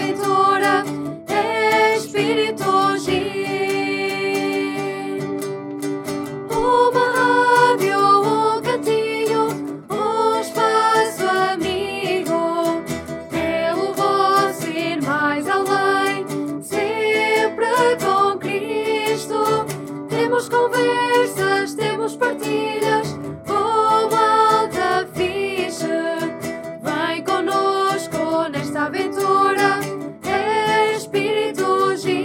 aventura, Espírito G. Uma rádio, um cantinho, um espaço amigo, pelo vosso ir mais além, sempre com Cristo. Temos conversas, temos partilhas, com alta fixe. Vem connosco nesta aventura, Espírito G.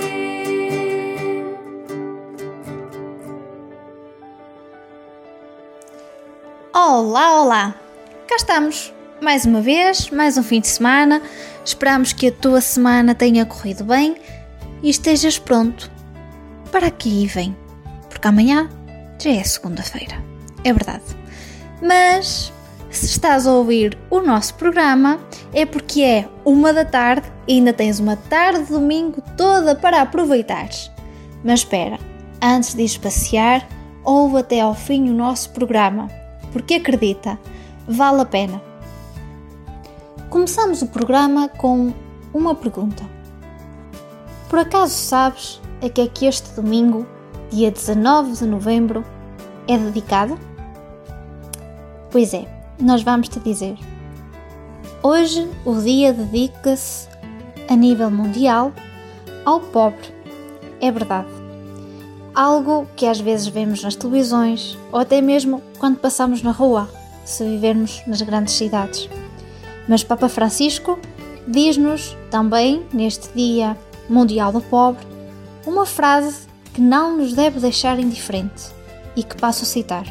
Olá, olá! Cá estamos, mais uma vez, mais um fim de semana. Esperamos que a tua semana tenha corrido bem e estejas pronto para aqui e vem, porque amanhã já é segunda-feira, é verdade. Mas se estás a ouvir o nosso programa é porque é 1 da tarde e ainda tens uma tarde de domingo toda para aproveitares. Mas espera, antes de ires passear, ouve até ao fim o nosso programa, porque acredita, vale a pena. Começamos o programa com uma pergunta. Por acaso sabes a que é que este domingo, dia 19 de novembro, é dedicado? Pois é, nós vamos-te dizer. Hoje o dia dedica-se, a nível mundial, ao pobre. É verdade. Algo que às vezes vemos nas televisões ou até mesmo quando passamos na rua, se vivermos nas grandes cidades. Mas Papa Francisco diz-nos também, neste Dia Mundial do Pobre, uma frase que não nos deve deixar indiferente e que passo a citar.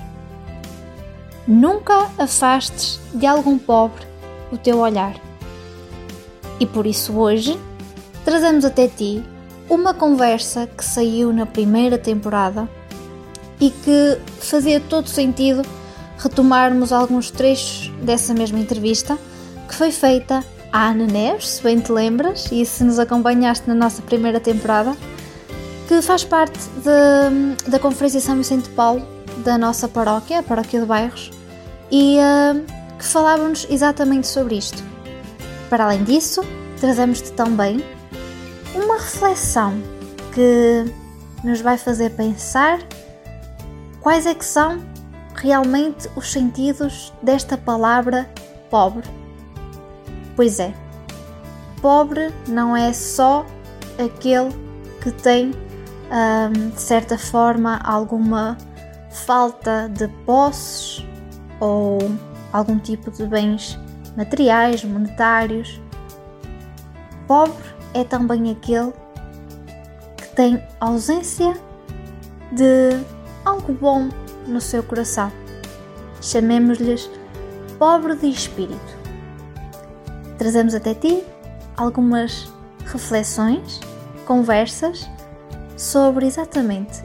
Nunca afastes de algum pobre o teu olhar. E por isso hoje trazemos até ti uma conversa que saiu na primeira temporada e que fazia todo sentido retomarmos alguns trechos dessa mesma entrevista que foi feita à Ana Neves, se bem te lembras, e se nos acompanhaste na nossa primeira temporada, que faz parte da Conferência São Vicente de Paulo da nossa paróquia, a Paróquia de Bairros, e que falávamos exatamente sobre isto. Para além disso, trazemos-te também uma reflexão que nos vai fazer pensar quais é que são realmente os sentidos desta palavra pobre. Pois é, pobre não é só aquele que tem, de certa forma, alguma falta de posses ou algum tipo de bens materiais, monetários. Pobre é também aquele que tem ausência de algo bom no seu coração. Chamemos-lhes pobre de espírito. Trazemos até ti algumas reflexões, conversas sobre exatamente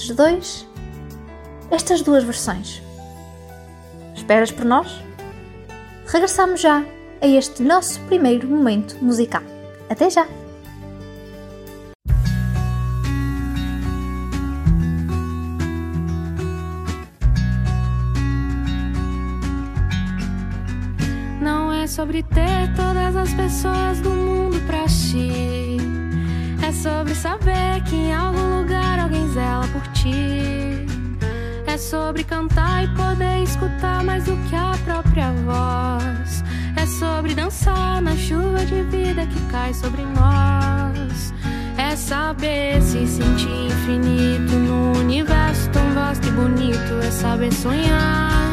estas duas versões. Esperas por nós? Regressamos já a este nosso primeiro momento musical. Até já! Não é sobre ter todas as pessoas do mundo pra ti. É sobre saber que em algum lugar alguém zela por ti. É sobre cantar e poder escutar mais do que a própria voz. É sobre dançar na chuva de vida que cai sobre nós. É saber se sentir infinito no universo tão vasto e bonito. É saber sonhar.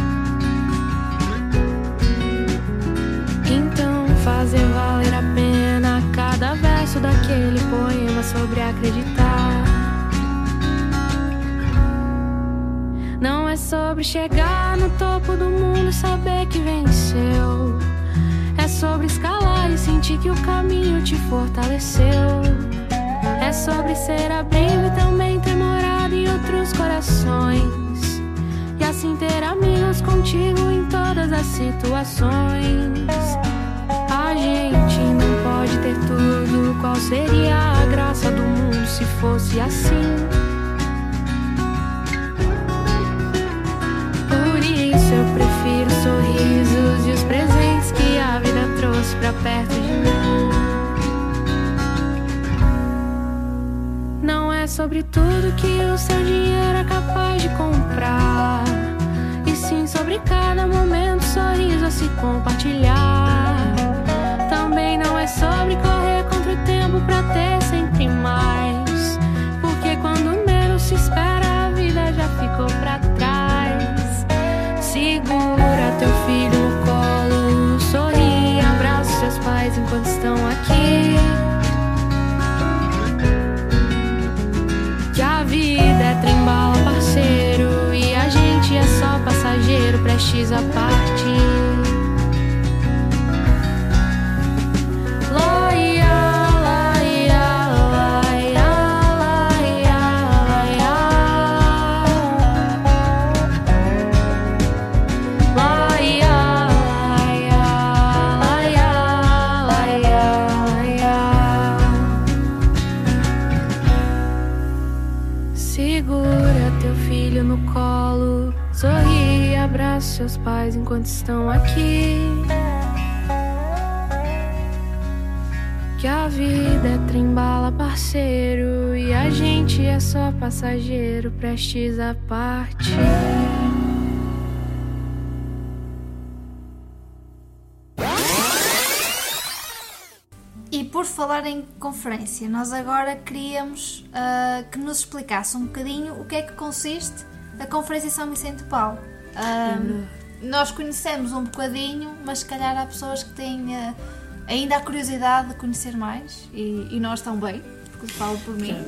Então fazer valer a pena cada verso daquele poema sobre acreditar. Não é sobre chegar no topo do mundo e saber que venceu. É sobre escalar e sentir que o caminho te fortaleceu. É sobre ser abrigo e também ter morado em outros corações. E assim ter amigos contigo em todas as situações. A gente não pode ter tudo. Qual seria a graça do mundo se fosse assim? Por isso eu prefiro sorrisos e os presentes que a vida trouxe pra perto de mim. sobre tudo que o seu dinheiro é capaz de comprar, e sim sobre cada momento, sorriso a se compartilhar. Também não é sobre correr contra o tempo pra ter sempre mais, porque quando menos se espera a vida já ficou pra trás. Segura teu filho no colo, sorri, abraça seus pais enquanto estão aqui. Que a vida é trem-bala, parceiro, e a gente é só passageiro, prestes a partir. Sorri e abraça seus pais enquanto estão aqui. Que a vida é trem-bala, parceiro, e a gente é só passageiro, prestes a partir. E por falar em conferência, nós agora queríamos que nos explicasse um bocadinho o que é que consiste a Conferência São Vicente de Paulo. Nós conhecemos um bocadinho, mas se calhar há pessoas que têm ainda a curiosidade de conhecer mais, e nós também, porque falo por mim.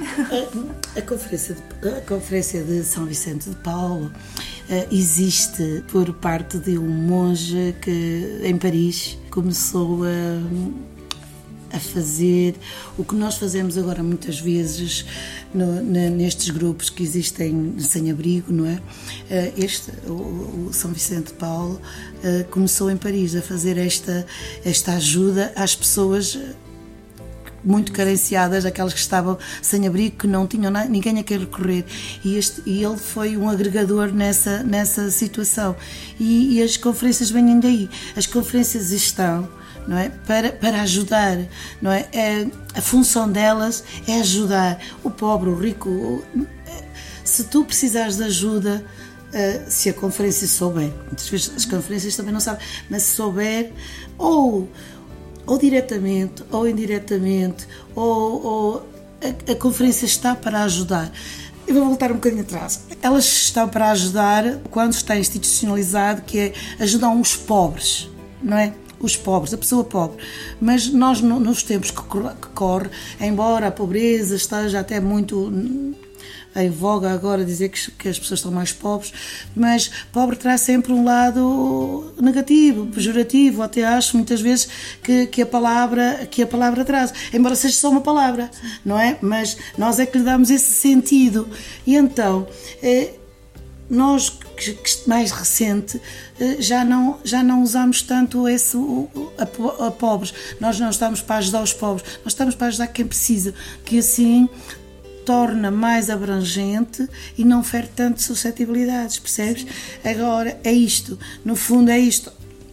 A Conferência de São Vicente de Paulo existe por parte de um monge que em Paris começou a fazer o que nós fazemos agora muitas vezes nestes grupos que existem sem abrigo, não é? O São Vicente de Paulo começou em Paris a fazer esta ajuda às pessoas muito carenciadas, aquelas que estavam sem abrigo, que não tinham ninguém a quem recorrer, e ele foi um agregador nessa situação, e as conferências vêm daí. As conferências estão, não é? Para ajudar, não é? A função delas é ajudar o pobre, o rico. Se tu precisares de ajuda, se a conferência souber, muitas vezes as conferências também não sabem, mas se souber, ou diretamente ou indiretamente, ou a conferência está para ajudar. Eu vou voltar um bocadinho atrás. Elas estão para ajudar quando está institucionalizado, que é ajudar os pobres, não é? Os pobres, a pessoa pobre. Mas nós, nos tempos que corre, embora a pobreza esteja até muito em voga agora dizer que as pessoas estão mais pobres, mas pobre traz sempre um lado negativo, pejorativo. Até acho muitas vezes que a palavra traz, embora seja só uma palavra, não é? Mas nós é que lhe damos esse sentido. E então nós, que mais recente, já não usamos tanto a pobres. Nós não estamos para ajudar os pobres, nós estamos para ajudar quem precisa, que assim torna mais abrangente e não fere tanto suscetibilidades, percebes? Sim. Agora é isto, no fundo é isto.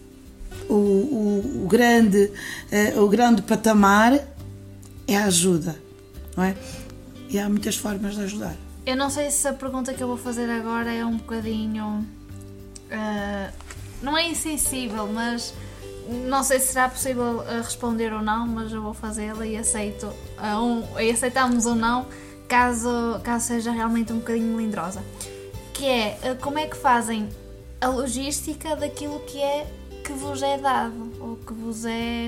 O grande patamar é a ajuda, não é? E há muitas formas de ajudar. Eu não sei se a pergunta que eu vou fazer agora é um bocadinho... não é insensível, mas não sei se será possível responder ou não, mas eu vou fazê-la e aceitamos ou não, caso seja realmente um bocadinho melindrosa. Que é, como é que fazem a logística daquilo que vos é dado, ou que vos é...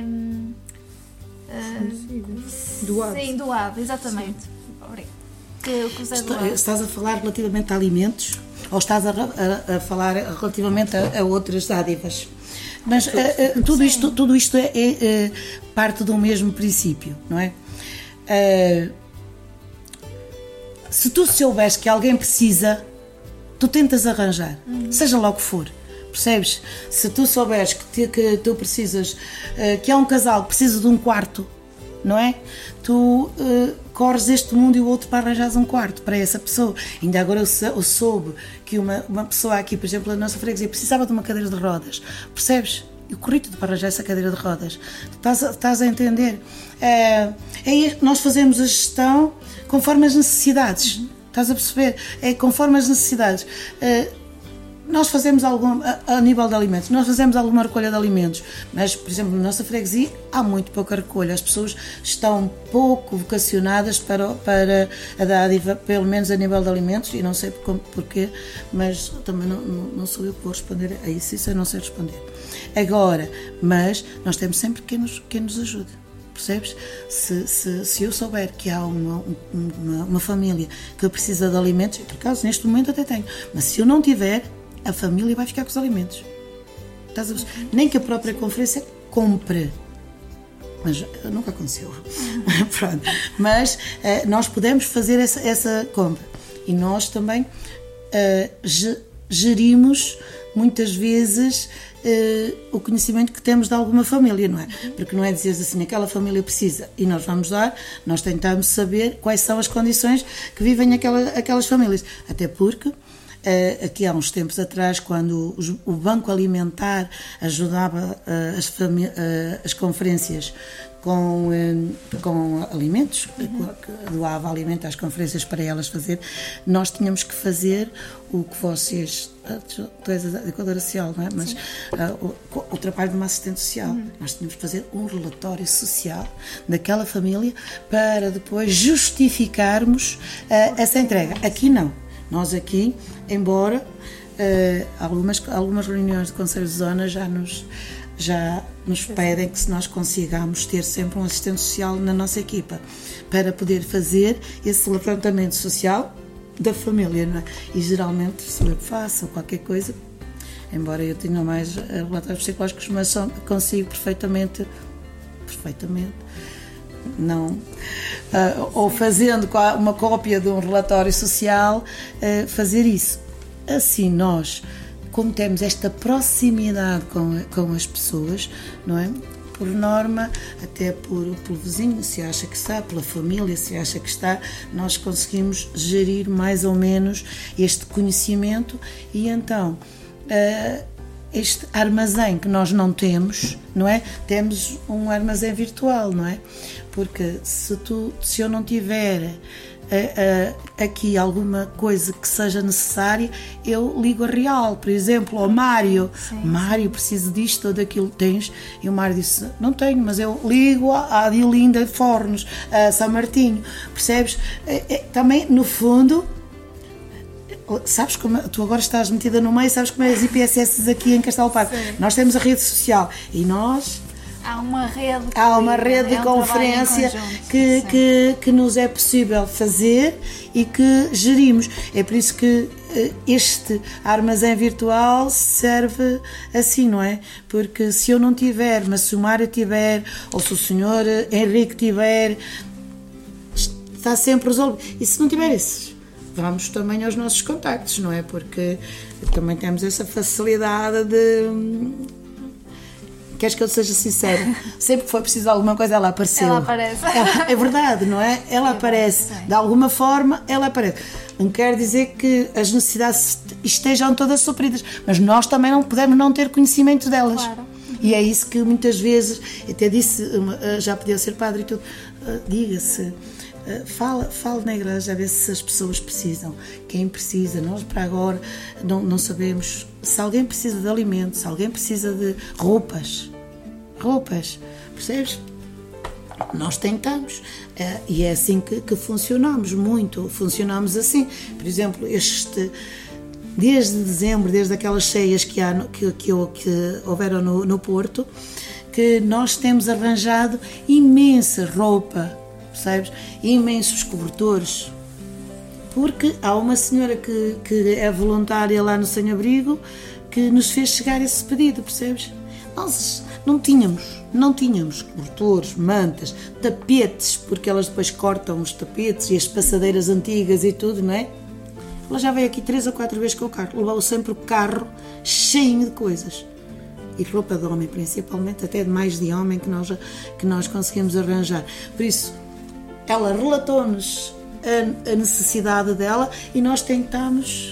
doado. Sim, doado, exatamente. Obrigada. Estás a falar relativamente a alimentos ou estás a falar relativamente a outras dádivas? Mas tudo isto é parte do mesmo princípio, não é? Se tu souberes que alguém precisa, tu tentas arranjar, seja lá o que for, percebes? Se tu souberes que tu precisas, que há um casal que precisa de um quarto, não é? Tu corres este mundo e o outro para arranjares um quarto para essa pessoa. Ainda agora eu soube que uma pessoa aqui, por exemplo, a nossa freguesia, precisava de uma cadeira de rodas, percebes? Eu corri tudo para arranjar essa cadeira de rodas. Estás a entender? Nós fazemos a gestão conforme as necessidades. Estás a perceber? É conforme as necessidades. Nós fazemos a nível de alimentos, nós fazemos alguma recolha de alimentos, mas, por exemplo, na nossa freguesia há muito pouca recolha. As pessoas estão pouco vocacionadas para a dádiva, pelo menos a nível de alimentos, e não sei porquê, mas também não sou eu que vou responder a isso eu não sei responder. Agora, mas nós temos sempre quem nos ajude. Percebes? Se eu souber que há uma família que precisa de alimentos, por acaso neste momento até tenho, mas se eu não tiver, a família vai ficar com os alimentos. Estás a ver? Nem que a própria conferência compre. Mas nunca aconteceu. Pronto. Mas nós podemos fazer essa compra. E nós também gerimos muitas vezes o conhecimento que temos de alguma família, não é? Porque não é dizer assim, aquela família precisa e nós vamos dar, nós tentamos saber quais são as condições que vivem aquelas famílias. Até porque aqui há uns tempos atrás, quando o Banco Alimentar ajudava as conferências com alimentos, doava alimento às conferências para elas fazer, nós tínhamos que fazer o que vocês, tu és a educadora social, não é? Mas o trabalho de uma assistente social, nós tínhamos que fazer um relatório social daquela família para depois justificarmos essa entrega. Aqui não. Nós aqui, embora algumas reuniões de Conselho de Zona já nos pedem que se nós consigamos ter sempre um assistente social na nossa equipa para poder fazer esse levantamento social da família, não é? E geralmente sou eu que faço ou qualquer coisa, embora eu tenha mais relatórios psicológicos, mas consigo perfeitamente não, ou fazendo uma cópia de um relatório social, fazer isso. Assim nós, como temos esta proximidade com as pessoas, não é? Por norma, até pelo vizinho, se acha que está, pela família, se acha que está, nós conseguimos gerir mais ou menos este conhecimento e então este armazém que nós não temos, não é? Temos um armazém virtual, não é? Porque se eu não tiver aqui alguma coisa que seja necessária, eu ligo a Real, por exemplo, ao Mário. Sim. Mário, preciso disto ou daquilo, tens? E o Mário disse, não tenho, mas eu ligo à Diolinda de Fornos, a São Martinho, percebes? Também, no fundo, sabes como tu agora estás metida no meio, sabes como é as IPSS aqui em Castelo Parque? Nós temos a rede social e nós há uma rede de conferência que nos é possível fazer e que gerimos. É por isso que este armazém virtual serve assim, não é? Porque se eu não tiver, mas se o Mário tiver, ou se o senhor Henrique tiver, está sempre resolvido. E se não tiver esses, vamos também aos nossos contactos, não é? Porque também temos essa facilidade de... Queres que eu seja sincera? Sempre que foi preciso alguma coisa, ela apareceu. Ela aparece. É verdade, não é? Ela aparece. De alguma forma, ela aparece. Não quer dizer que as necessidades estejam todas supridas, mas nós também não podemos não ter conhecimento delas. Claro. E é isso que muitas vezes, até disse, já podia ser padre e tudo, diga-se, fale na igreja a ver se as pessoas precisam, quem precisa. Nós para agora não sabemos se alguém precisa de alimentos, se alguém precisa de roupas, percebes? Nós tentamos, e é assim que funcionamos funcionamos assim. Por exemplo, desde dezembro, desde aquelas cheias que houveram no Porto, que nós temos arranjado imensa roupa, percebes? Imensos cobertores, porque há uma senhora que é voluntária lá no Sem Abrigo que nos fez chegar esse pedido, percebes? Nós não tínhamos cobertores, mantas, tapetes, porque elas depois cortam os tapetes e as passadeiras antigas e tudo, não é? Ela já veio aqui 3 ou 4 vezes com o carro, levou sempre o carro cheio de coisas. E roupa de homem, principalmente, até de mais de homem que nós conseguimos arranjar. Por isso, ela relatou-nos a necessidade dela e nós tentamos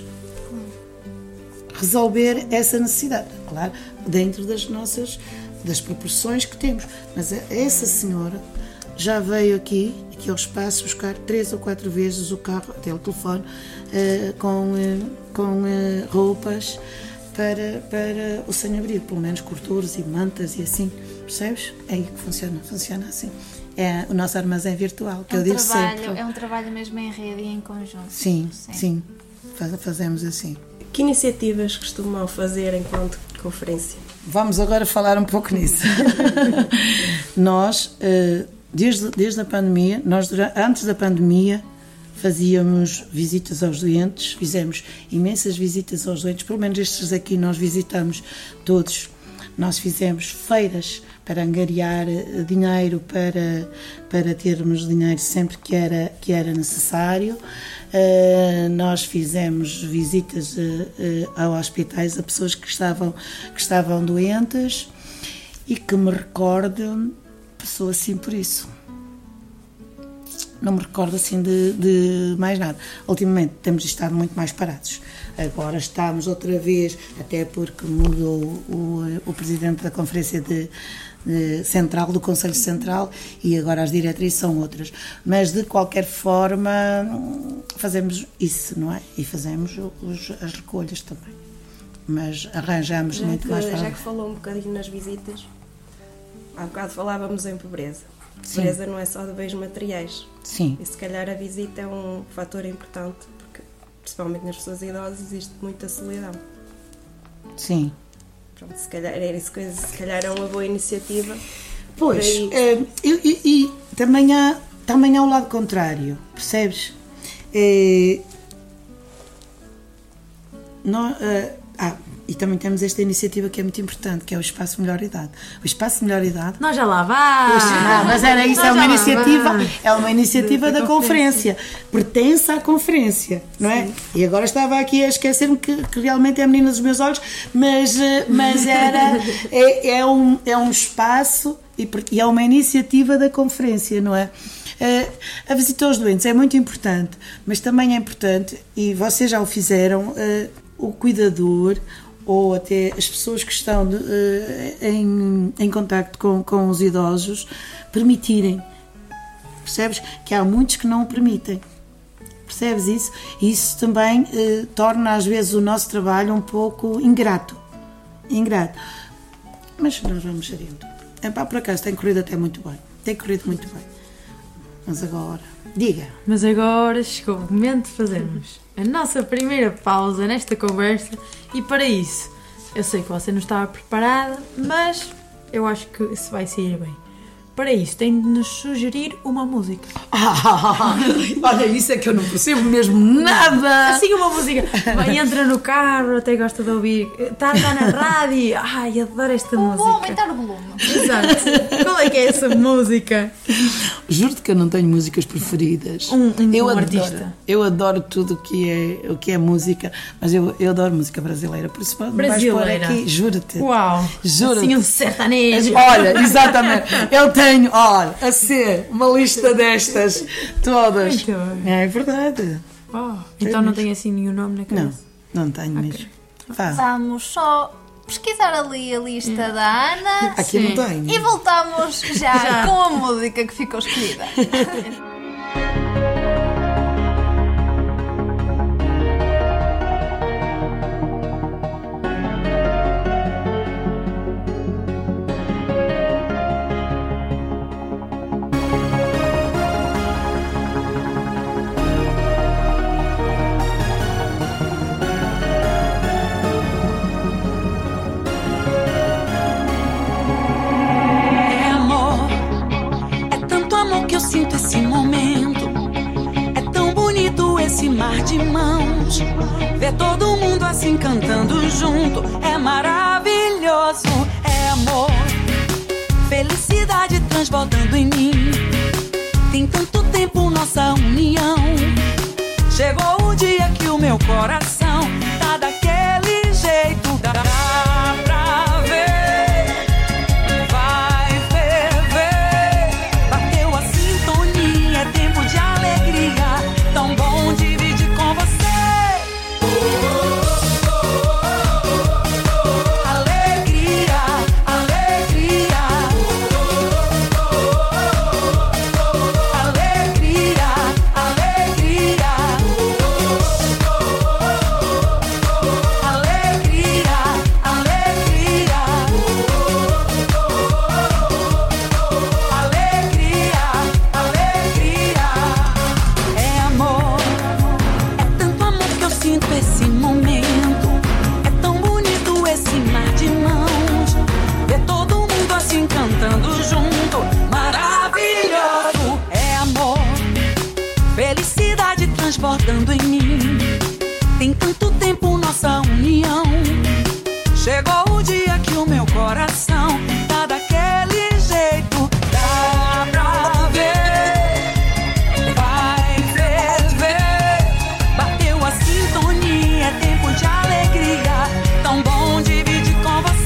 resolver essa necessidade, claro, dentro das proporções que temos. Mas essa senhora já veio aqui aqui ao espaço buscar 3 ou 4 vezes o carro, até o telefone, com roupas para o sem-abrigo, pelo menos coberturas e mantas e assim, percebes? É aí que funciona assim. É o nosso armazém virtual, que eu digo sempre. É um trabalho mesmo em rede e em conjunto. Sim, fazemos assim. Que iniciativas costumam fazer enquanto conferência? Vamos agora falar um pouco nisso. Nós, desde a pandemia, antes da pandemia, fazíamos visitas aos doentes, fizemos imensas visitas aos doentes, pelo menos estes aqui nós visitamos todos. Nós fizemos feiras para angariar dinheiro, para termos dinheiro sempre que era necessário. Nós fizemos visitas a hospitais a pessoas que estavam doentes e que me recordo, passou assim por isso. Não me recordo assim de mais nada. Ultimamente temos estado muito mais parados. Agora estamos outra vez, até porque mudou o presidente da Conferência Central, do Conselho Central, e agora as diretrizes são outras. Mas de qualquer forma fazemos isso, não é? E fazemos as recolhas também. Mas arranjamos muito mais para... Já que falou um bocadinho nas visitas, há bocado falávamos em pobreza. Pobreza não é só de bens materiais. Sim. E se calhar a visita é um fator importante, porque principalmente nas pessoas idosas existe muita solidão. Sim. Pronto, se calhar era isso, se calhar é uma boa iniciativa. Pois, e também há o lado contrário, percebes? E também temos esta iniciativa que é muito importante, que é o Espaço Melhor Idade. O Espaço Melhor Idade... Nós já lá vamos! Mas era isso, é uma iniciativa da conferência. Pertence à conferência, não é? E agora estava aqui a esquecer-me que realmente é a menina dos meus olhos, mas é um espaço e é uma iniciativa da conferência, não é? A visita aos doentes é muito importante, mas também é importante, e vocês já o fizeram, o cuidador ou até as pessoas que estão em contacto com os idosos permitirem. Percebes? Que há muitos que não o permitem. Percebes isso? E isso também torna às vezes o nosso trabalho um pouco ingrato. Mas nós vamos gerindo. Por acaso tem corrido até muito bem. Mas agora, diga. Mas agora chegou o momento de fazermos a nossa primeira pausa nesta conversa, e para isso, eu sei que você não estava preparada, mas eu acho que isso vai sair bem. Para isso, tem de nos sugerir uma música. Olha, isso é que eu não percebo mesmo nada. Assim, uma música. Bem, entra no carro, até gosta de ouvir. Está na rádio. Ai, adoro esta música. Vou aumentar o volume. Exato. Qual é que é essa música? Juro-te que eu não tenho músicas preferidas. Eu artista. Eu adoro tudo o que é música, mas eu adoro música brasileira. Por isso, brasileira. Aqui, juro-te. Uau. Juro-te. Assim, um sertanejo. Olha, exatamente. Eu tenho, olha, a ser uma lista destas todas. É verdade. Então não tem assim nenhum nome na cabeça? Não tenho mesmo. Vamos só pesquisar ali a lista da Ana. Aqui não tenho. E voltamos já com a música que ficou escolhida. Sinto esse momento, é tão bonito esse mar de mãos. Ver todo mundo assim cantando junto é maravilhoso. É amor, felicidade transbordando em mim. Tem tanto tempo nossa união. Chegou o dia que o meu coração tá daquele jeito. Dá pra ver. Tão bom dividir com você. Alegria, alegria. grudando em mim. Tem tanto tempo nossa união. Chegou o dia que o meu coração tá daquele jeito. Dá pra ver, vai ferver. Bateu a sintonia, é tempo de alegria. Tão bom dividir com você.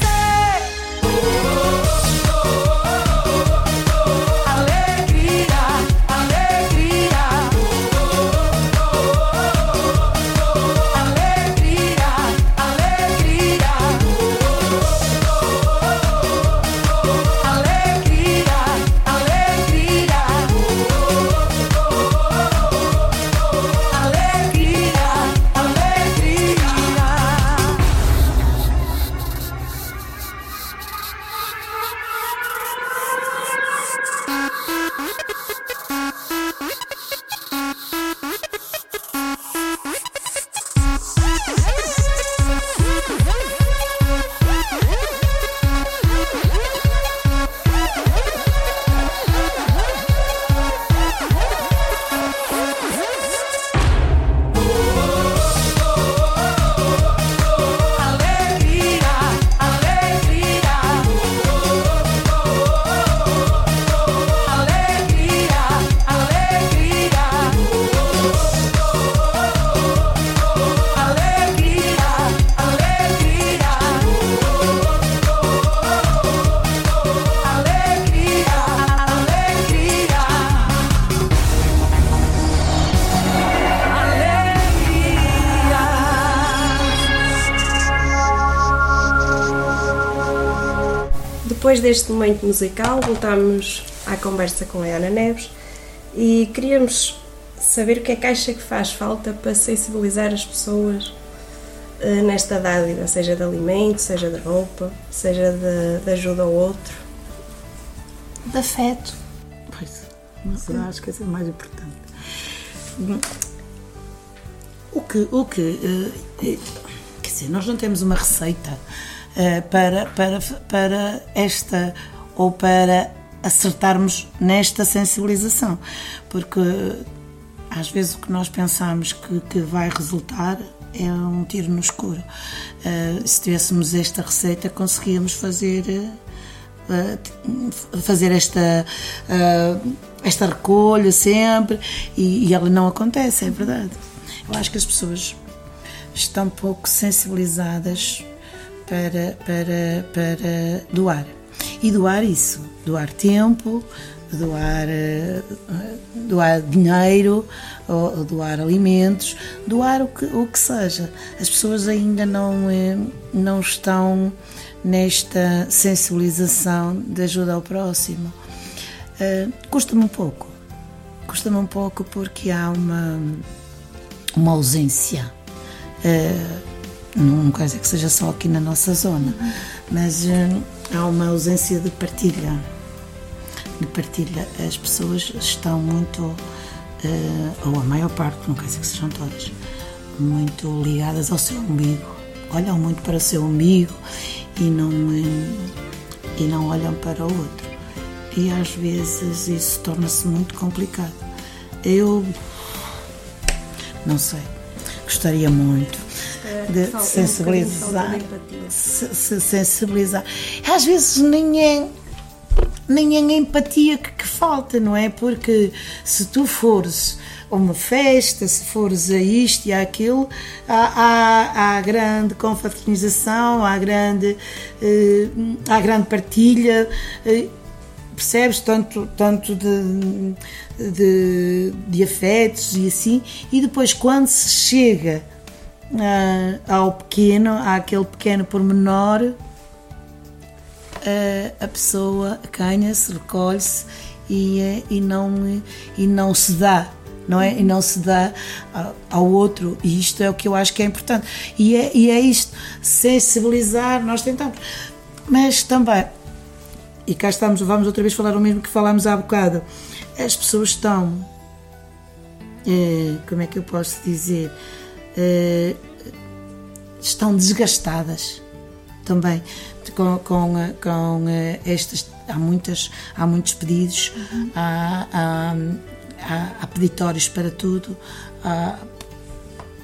Depois deste momento musical, voltamos à conversa com a Ana Neves e queríamos saber o que é que acha que faz falta para sensibilizar as pessoas nesta dádiva, seja de alimento, seja de roupa, seja de ajuda ao outro. De afeto. Pois, eu acho que esse é o mais importante. Quer dizer, nós não temos uma receita para esta, ou para acertarmos nesta sensibilização, porque às vezes o que nós pensamos que vai resultar é um tiro no escuro. Se tivéssemos esta receita, conseguíamos fazer esta recolha sempre, e ela não acontece, é verdade. Eu acho que as pessoas estão pouco sensibilizadas para doar. E doar isso, doar tempo, doar dinheiro, ou doar alimentos, doar o que seja. As pessoas ainda não estão nesta sensibilização de ajuda ao próximo. Custa-me um pouco porque há uma ausência. Não quer dizer que seja só aqui na nossa zona, mas há uma ausência de partilha. As pessoas estão muito, ou a maior parte, não quer dizer que sejam todas, muito ligadas ao seu umbigo. Olham muito para o seu umbigo e não olham para o outro. E às vezes isso torna-se muito complicado. Eu não sei, gostaria muito de sensibilizar. Sensibilizar. Às vezes nem é a empatia que falta, não é? Porque se tu fores a uma festa, se fores a isto e àquilo, há grande confraternização, há grande partilha, percebes? Tanto de afetos e assim, e depois quando se chega àquele pequeno pormenor, a pessoa acanha-se, recolhe-se e não se dá, não é? E não se dá ao outro, e isto é o que eu acho que é importante, e é isto, sensibilizar. Nós tentamos, mas também, e cá estamos, vamos outra vez falar o mesmo que falámos há bocado, as pessoas estão, como é que eu posso dizer, estão desgastadas também com estas. Há muitos pedidos, há peditórios para tudo,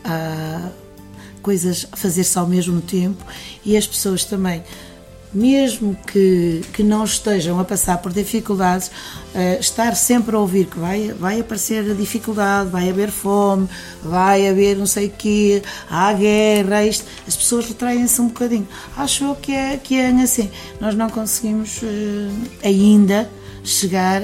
há coisas a fazer-se ao mesmo tempo, e as pessoas também, mesmo que não estejam a passar por dificuldades, estar sempre a ouvir que vai aparecer a dificuldade, vai haver fome, vai haver não sei o quê, há guerra, as pessoas retraem-se um bocadinho. Acho eu que é assim. Nós não conseguimos ainda chegar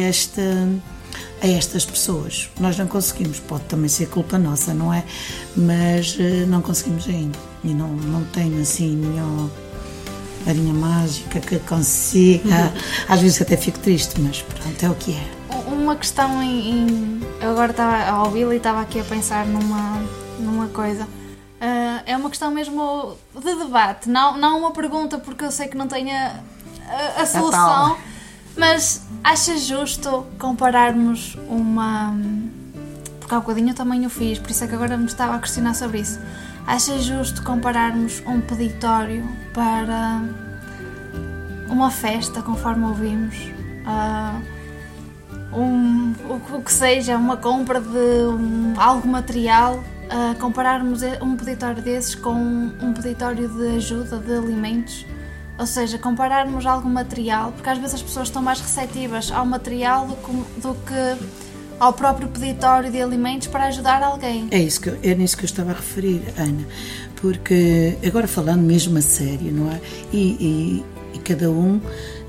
a estas pessoas. Nós não conseguimos, pode também ser culpa nossa, não é? Mas não conseguimos ainda. E não tenho assim nenhuma varinha mágica que consiga. Às vezes até fico triste, mas pronto, é o que é. Uma questão eu agora estava a ouvi-la e estava aqui a pensar numa coisa. É uma questão mesmo de debate, não uma pergunta, porque eu sei que não tenho a solução, mas achas justo compararmos porque há bocadinho eu também o fiz, por isso é que agora me estava a questionar sobre isso. Achas justo compararmos um peditório para uma festa, conforme ouvimos, o que seja, uma compra de algo material, compararmos um peditório desses com um peditório de ajuda de alimentos? Ou seja, compararmos algo material, porque às vezes as pessoas estão mais receptivas ao material do que ao próprio peditório de alimentos para ajudar alguém. É nisso que eu estava a referir, Ana, porque agora falando mesmo a sério, não é? E cada um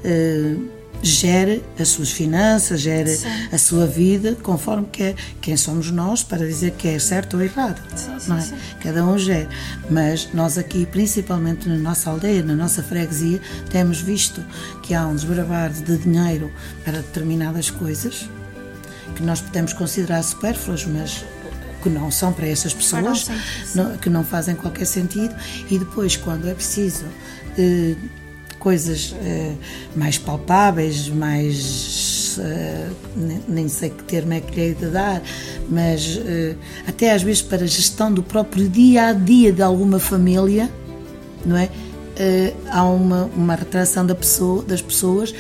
gera as suas finanças, gera sim. a sua vida conforme quer. Quem somos nós para dizer que é certo ou errado? Sim, não é? Sim. Cada um gera. Mas nós aqui, principalmente na nossa aldeia, na nossa freguesia, temos visto que há um desbravar de dinheiro para determinadas coisas que nós podemos considerar supérfluos, mas que não são para essas pessoas, que não fazem qualquer sentido, e depois, quando é preciso coisas mais palpáveis, mais nem sei que termo é que lhe hei de dar, mas até às vezes para a gestão do próprio dia-a-dia de alguma família, não é? Há uma retração das pessoas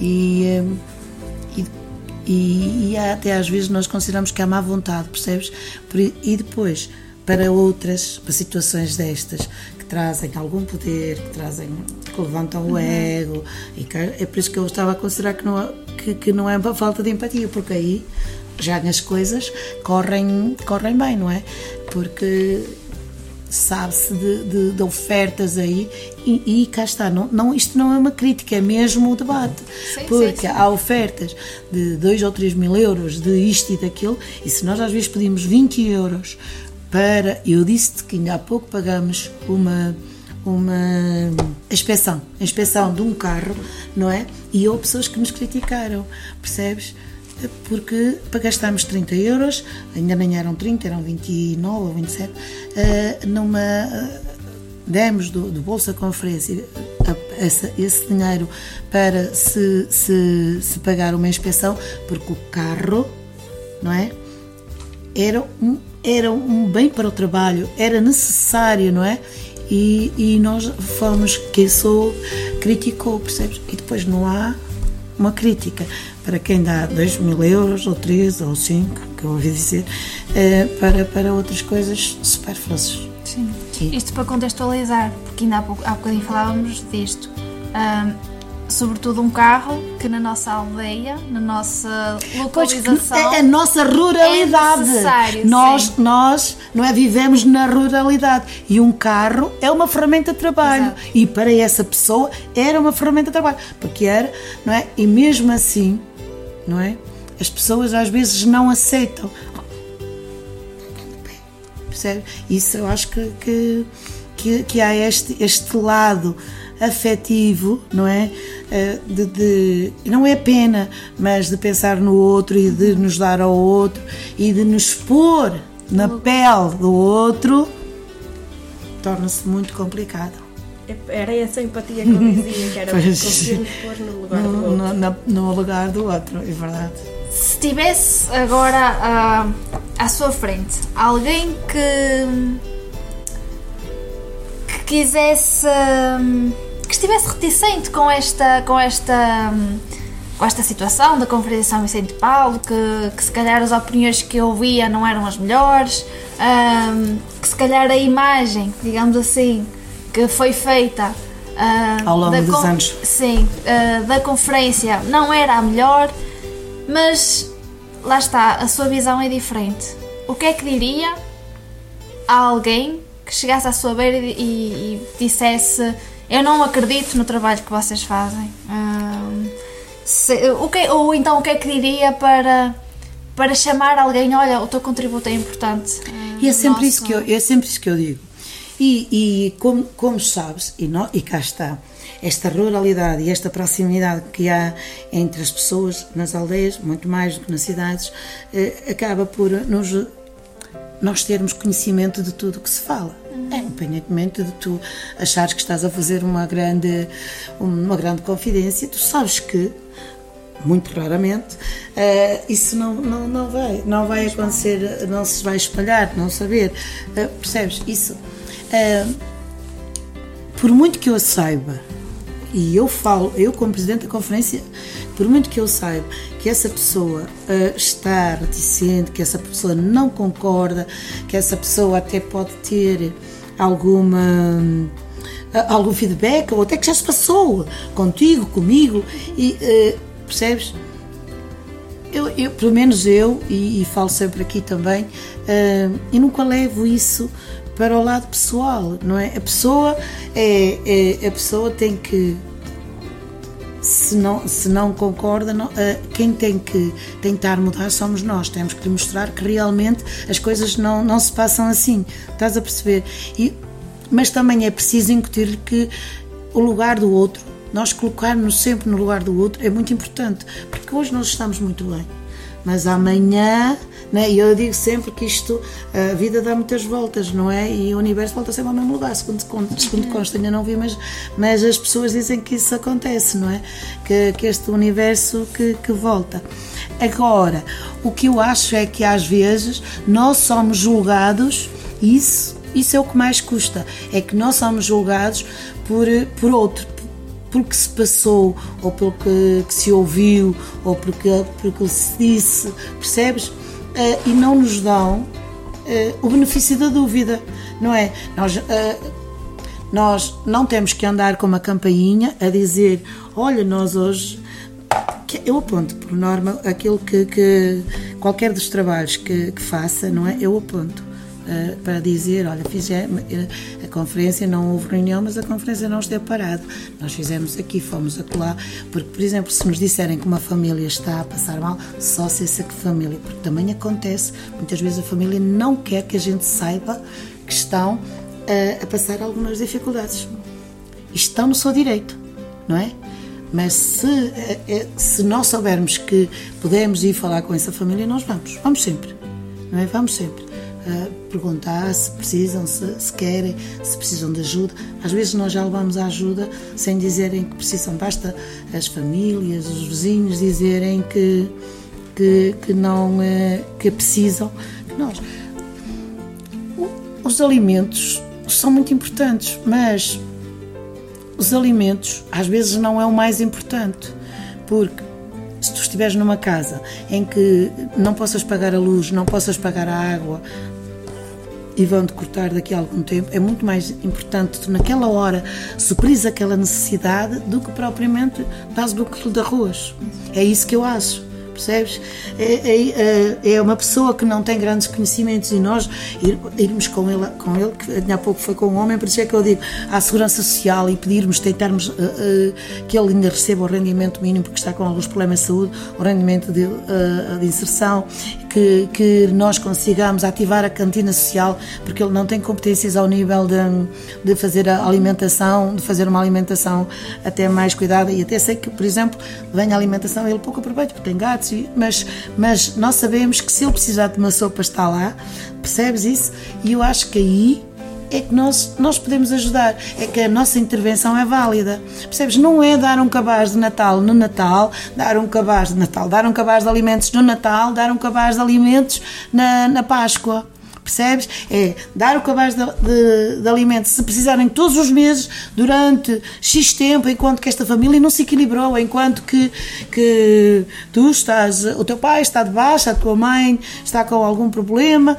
e até às vezes nós consideramos que há má vontade, percebes? E depois, para situações destas, que trazem algum poder, que levantam o ego, e que é por isso que eu estava a considerar que não é uma falta de empatia, porque aí já as coisas correm bem, não é? Porque sabe-se de ofertas aí e cá está, isto não é uma crítica, é mesmo o debate, porque há ofertas de 2 ou 3 mil euros de isto e daquilo, e se nós às vezes pedimos 20 euros eu disse-te que ainda há pouco pagamos uma inspeção de um carro, não é? E houve pessoas que nos criticaram, percebes? Porque para gastarmos 30 euros, ainda nem eram 30, eram 29 ou 27, demos do bolso da conferência esse dinheiro para se pagar uma inspeção, porque o carro, não é? Era um bem para o trabalho, era necessário, não é? E nós fomos, quem sou, criticou, percebes? E depois não há uma crítica para quem dá 2 mil euros, ou 3, ou 5, que eu ouvi dizer, para outras coisas supérfluas. Sim. Isto para contextualizar, porque ainda há bocadinho falávamos disto. Sobretudo um carro que na nossa aldeia, na nossa localização, é a nossa ruralidade. É necessário, nós não é, vivemos na ruralidade e um carro é uma ferramenta de trabalho. Exato. E para essa pessoa era uma ferramenta de trabalho, porque era, não é? E mesmo assim, não é? As pessoas às vezes não aceitam. Percebe? Isso eu acho que há este lado afetivo, não é? Não é pena, mas de pensar no outro e de nos dar ao outro e de nos pôr na pele do outro, torna-se muito complicado. Era essa empatia que eu dizia, que era conseguir-nos pôr no lugar do outro. No lugar do outro, é verdade. Se tivesse agora à sua frente alguém que quisesse, que estivesse reticente com esta com esta situação da Conferência de São Vicente de Paulo, que se calhar as opiniões que eu ouvia não eram as melhores, que se calhar a imagem, digamos assim, que foi feita ao longo dos anos. Sim, da conferência não era a melhor, mas lá está, a sua visão é diferente. O que é que diria a alguém que chegasse à sua beira e dissesse: eu não acredito no trabalho que vocês fazem? Ou então o que é que diria para chamar alguém: olha, o teu contributo é importante? E é sempre isso que eu digo. E como sabes, e cá está, esta ruralidade e esta proximidade que há entre as pessoas nas aldeias, muito mais do que nas cidades, acaba por nós termos conhecimento de tudo o que se fala. Independentemente de tu achares que estás a fazer uma grande confidência, tu sabes que, muito raramente, isso não vai acontecer, não se vai espalhar, não saber, percebes? Isso, por muito que eu saiba, e eu como Presidente da Conferência, por muito que eu saiba que essa pessoa está reticente, que essa pessoa não concorda, que essa pessoa até pode ter algum feedback, ou até que já se passou contigo, comigo, e percebes? Eu, pelo menos e falo sempre aqui também, eu nunca levo isso para o lado pessoal, não é? A pessoa tem que, se não concorda, quem tem que tentar mudar somos nós. Temos que lhe mostrar que realmente as coisas não se passam assim, estás a perceber? Mas também é preciso incutir que o lugar do outro, nós colocarmos sempre no lugar do outro, é muito importante, porque hoje nós estamos muito bem, mas amanhã, né, e eu digo sempre que a vida dá muitas voltas, não é? E o universo volta sempre ao mesmo lugar, segundo consta, ainda não vi, mas as pessoas dizem que isso acontece, não é? Que este universo que volta. Agora, o que eu acho é que às vezes nós somos julgados, isso é o que mais custa, é que nós somos julgados por outro, pelo que se passou, ou pelo que se ouviu, ou pelo que se disse, percebes? E não nos dão o benefício da dúvida, não é? Nós não temos que andar com uma campainha a dizer: olha, nós hoje... Eu aponto, por norma, aquilo que qualquer dos trabalhos que faça, não é? Eu aponto para dizer: olha, a conferência, não houve reunião, mas a conferência não esteve parada. Nós fizemos aqui, fomos acolá, porque, por exemplo, se nos disserem que uma família está a passar mal, só se essa família, porque também acontece, muitas vezes a família não quer que a gente saiba que estão a passar algumas dificuldades. E estão no seu direito, não é? Mas se nós soubermos que podemos ir falar com essa família, nós vamos sempre, não é? Vamos sempre. Perguntar se precisam, se querem, se precisam de ajuda. Às vezes nós já levamos a ajuda sem dizerem que precisam, basta as famílias, os vizinhos dizerem que precisam. Os alimentos são muito importantes, mas os alimentos às vezes não é o mais importante, porque se tu estiveres numa casa em que não possas pagar a luz, não possas pagar a água e vão-te cortar daqui a algum tempo, é muito mais importante tu naquela hora suprires aquela necessidade do que propriamente dás do quilo de arroz. É isso que eu acho. Percebes? É uma pessoa que não tem grandes conhecimentos e nós irmos com ele, que há pouco foi com um homem, por isso é que eu digo, à Segurança Social e tentarmos que ele ainda receba o rendimento mínimo, porque está com alguns problemas de saúde, o rendimento de inserção, que nós consigamos ativar a cantina social, porque ele não tem competências ao nível de fazer a alimentação, de fazer uma alimentação até mais cuidada, e até sei que, por exemplo, vem a alimentação, ele pouco aproveita, porque tem gatos, mas nós sabemos que se ele precisar de uma sopa está lá, percebes isso? E eu acho que aí é que nós podemos ajudar, é que a nossa intervenção é válida, percebes? Não é dar um cabaz de Natal no Natal, dar um cabaz de alimentos no Natal, dar um cabaz de alimentos na Páscoa, percebes? É dar o cabaz de alimento, se precisarem todos os meses, durante X tempo, enquanto que esta família não se equilibrou, enquanto que tu estás, o teu pai está de baixa, a tua mãe está com algum problema,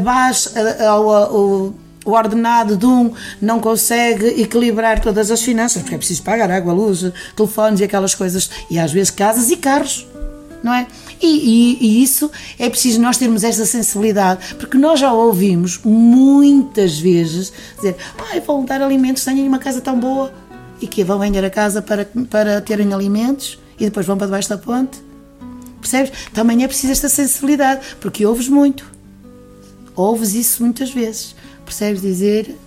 o ordenado de um não consegue equilibrar todas as finanças, porque é preciso pagar água, luz, telefones e aquelas coisas, e às vezes casas e carros, não é? E isso é preciso nós termos esta sensibilidade, porque nós já ouvimos muitas vezes dizer, vão dar alimentos, têm uma casa tão boa, e que vão vender a casa para terem alimentos, e depois vão para debaixo da ponte, percebes? Também é preciso esta sensibilidade, porque ouves ouves isso muitas vezes, percebes? Dizer,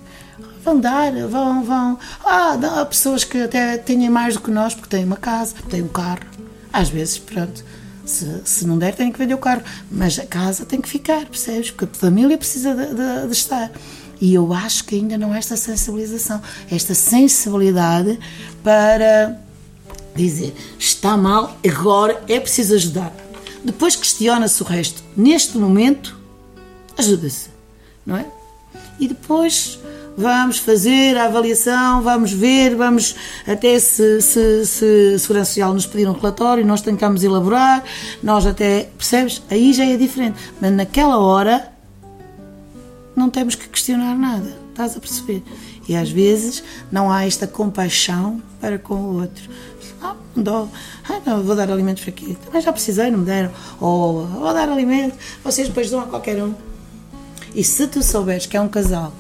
há pessoas que até têm mais do que nós, porque têm uma casa, têm um carro, às vezes, pronto, se não der têm que vender o carro, mas a casa tem que ficar, percebes? Porque a família precisa de estar. E eu acho que ainda não há esta sensibilização, esta sensibilidade para dizer, está mal, agora é preciso ajudar. Depois questiona-se o resto. Neste momento, ajuda-se, não é? E depois vamos fazer a avaliação, vamos ver, vamos até se a Segurança Social nos pedir um relatório, nós tentamos elaborar, nós até, percebes? Aí já é diferente. Mas naquela hora não temos que questionar nada, estás a perceber? E às vezes não há esta compaixão para com o outro. Não, vou dar alimentos para aqui, também já precisei, não me deram. Ou vou dar alimentos, vocês depois dão a qualquer um. E se tu souberes que é um casal,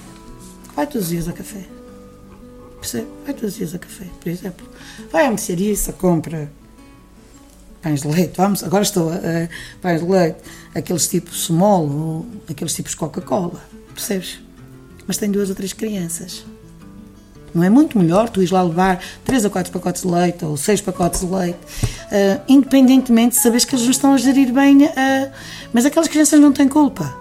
vai todos os dias a café, percebe? Vai todos os dias a café, por exemplo. Vai à mercearia, compra pães de leite, agora estou a pães de leite, aqueles tipos small, ou aqueles tipos Coca-Cola, percebes? Mas tem 2 ou 3 crianças. Não é muito melhor tu ires lá levar 3 ou 4 pacotes de leite ou 6 pacotes de leite, independentemente de saberes que eles não estão a gerir bem, mas aquelas crianças não têm culpa,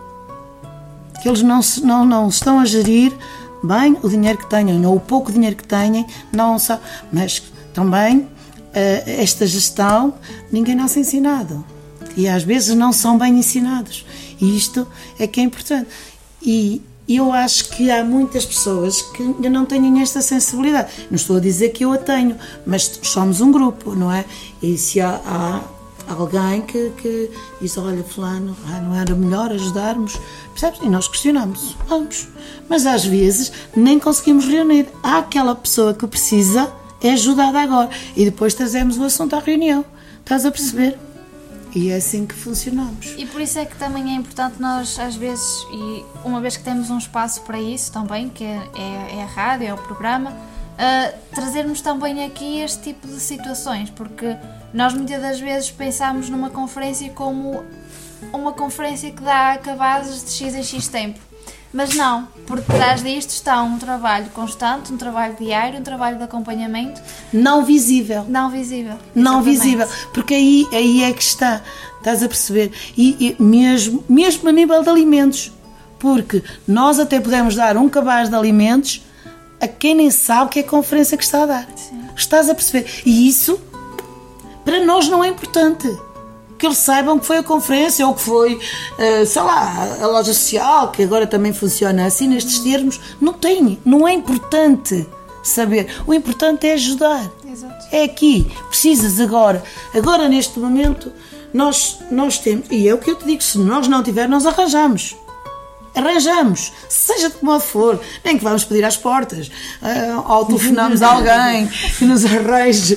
que eles não estão a gerir bem o dinheiro que têm ou o pouco dinheiro que têm, não só, mas também esta gestão ninguém nasce ensinado e às vezes não são bem ensinados, e isto é que é importante. E eu acho que há muitas pessoas que ainda não têm esta sensibilidade. Não estou a dizer que eu a tenho, mas somos um grupo, não é? E se há alguém que diz, olha, fulano, não era melhor ajudarmos, percebes? E nós questionamos, vamos. Mas às vezes nem conseguimos reunir. Há aquela pessoa que precisa, é ajudada agora. E depois trazemos o assunto à reunião. Estás a perceber? E é assim que funcionamos. E por isso é que também é importante nós, às vezes, e uma vez que temos um espaço para isso também, que é a rádio, é o programa, trazermos também aqui este tipo de situações, porque nós muitas das vezes pensamos numa conferência como uma conferência que dá cabazes de X em X tempo. Mas não, por trás disto está um trabalho constante, um trabalho diário, um trabalho de acompanhamento. Não visível. Não visível. Não visível, porque aí é que está, estás a perceber? E mesmo a nível de alimentos, porque nós até podemos dar um cabaz de alimentos a quem nem sabe o que é a conferência que está a dar. Sim. Estás a perceber? E isso, para nós não é importante. Que eles saibam que foi a conferência ou que foi, sei lá, a loja social, que agora também funciona assim, nestes termos. Não é importante saber. O importante é ajudar. Exato. É aqui. Precisas agora. Agora, neste momento, nós temos. E é o que eu te digo, se nós não tivermos, nós arranjamos. Arranjamos, seja de que modo for, nem que vamos pedir às portas, ou telefonamos a alguém que nos arranje.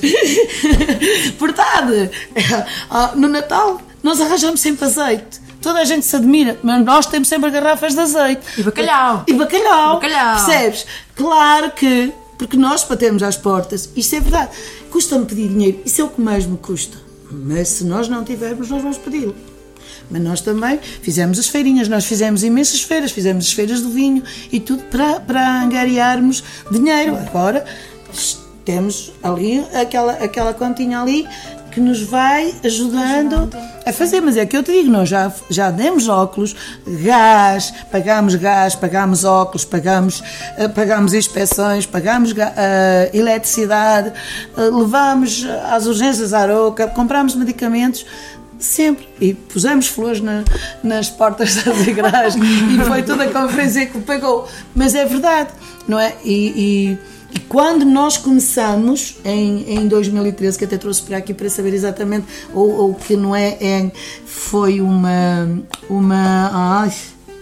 Verdade, no Natal nós arranjamos sempre azeite, toda a gente se admira, mas nós temos sempre garrafas de azeite. E bacalhau. Percebes? Claro que, porque nós batemos às portas, isto é verdade, custa-me pedir dinheiro, isso é o que mais me custa, mas se nós não tivermos, nós vamos pedi-lo. Mas nós também fizemos as feirinhas, nós fizemos imensas feiras, fizemos as feiras do vinho e tudo para angariarmos dinheiro. Agora temos ali aquela continha ali que nos vai ajudando a fazer. Mas é que eu te digo, nós já demos óculos, gás, pagámos óculos, pagámos inspeções, pagámos eletricidade, levámos às urgências à Aroca, comprámos medicamentos. Sempre. E pusemos flores nas portas das igrejas e foi toda a conferência que pegou. Mas é verdade, não é? E quando nós começamos, em 2013, que até trouxe para aqui para saber exatamente, ou que não foi uma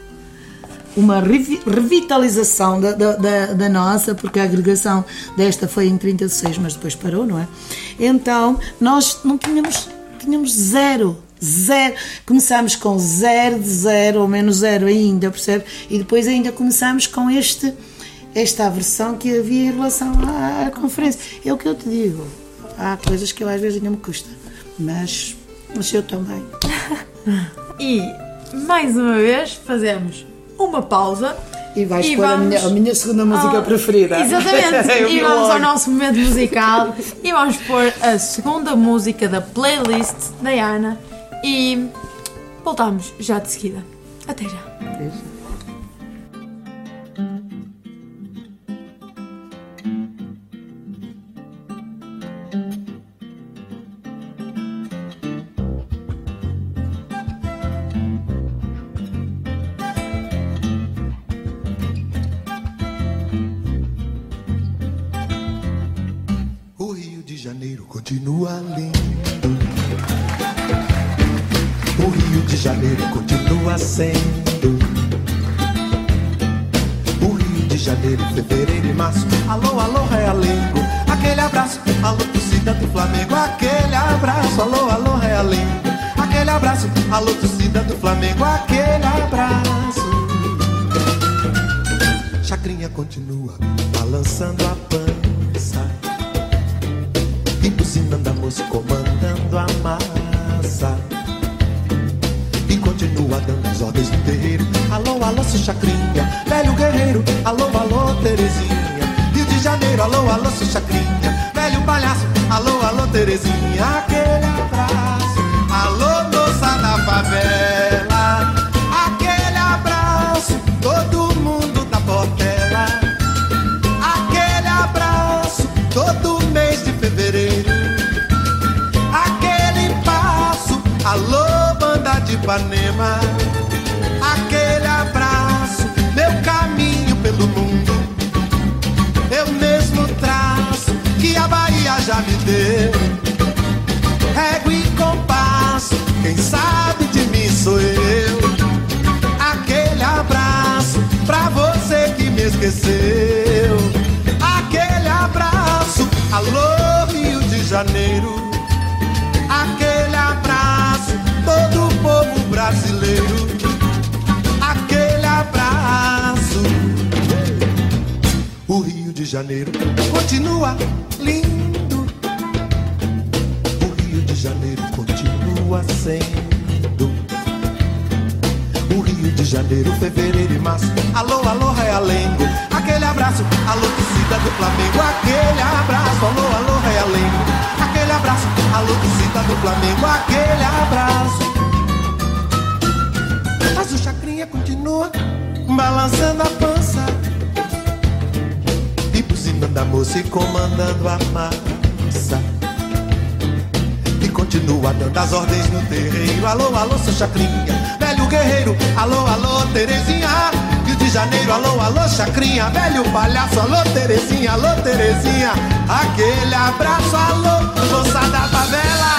revitalização da nossa, porque a agregação desta foi em 36, mas depois parou, não é? Então, nós não tínhamos zero. Começámos com 0 de 0 ou menos 0 ainda, percebe? E depois ainda começámos com esta aversão que havia em relação à conferência. É o que eu te digo. Há coisas que eu às vezes ainda me custa, mas eu também. E, mais uma vez, fazemos uma pausa. E vais pôr a minha segunda música preferida. Exatamente. E vamos ao nosso momento musical e vamos pôr a segunda música da playlist da Ana e voltamos já de seguida. Até já. Até já. Continua lindo. O Rio de Janeiro continua sendo. O Rio de Janeiro, fevereiro e março. Alô, alô, Realengo. Aquele abraço, alô, torcida do Flamengo. Aquele abraço, alô, alô, Realengo. Aquele abraço, alô, torcida do Flamengo. Aquele abraço. Chacrinha continua balançando a pança, buzinando a moça, comandando a massa. E continua dando as ordens do terreiro. Alô, alô, seu Chacrinha, velho guerreiro. Alô, alô, Terezinha. Rio de Janeiro, alô, alô, seu Chacrinha, velho palhaço. Alô, alô, Terezinha. Aquele abraço, alô, moça da favela. Aquele abraço, todo mundo da portela. Aquele abraço, todo mês de fevereiro. Aquele passo, alô, banda de Ipanema. Aquele abraço, meu caminho pelo mundo. Eu mesmo traço, que a Bahia já me deu. Régua e compasso, quem sabe de mim sou eu. Aquele abraço, pra você que me esqueceu. Aquele abraço, alô, Rio de Janeiro. Aquele abraço, todo o povo brasileiro. Aquele abraço. O Rio de Janeiro continua lindo. O Rio de Janeiro continua sendo. O Rio de Janeiro, fevereiro e março. Alô, alô, Realengo. Aquele abraço, alô, torcida do Flamengo. Aquele abraço, alô, alô, Realengo. Aquele abraço, alô, torcida do Flamengo. Aquele abraço. Mas o Chacrinha continua balançando a pança e buzinando a moça e comandando a massa. E continua dando as ordens no terreiro. Alô, alô, seu Chacrinha, velho guerreiro. Alô, alô, Terezinha. Rio de Janeiro, alô, alô, Chacrinha, velho palhaço. Alô, Terezinha, alô, Terezinha. Aquele abraço, alô, moça da favela.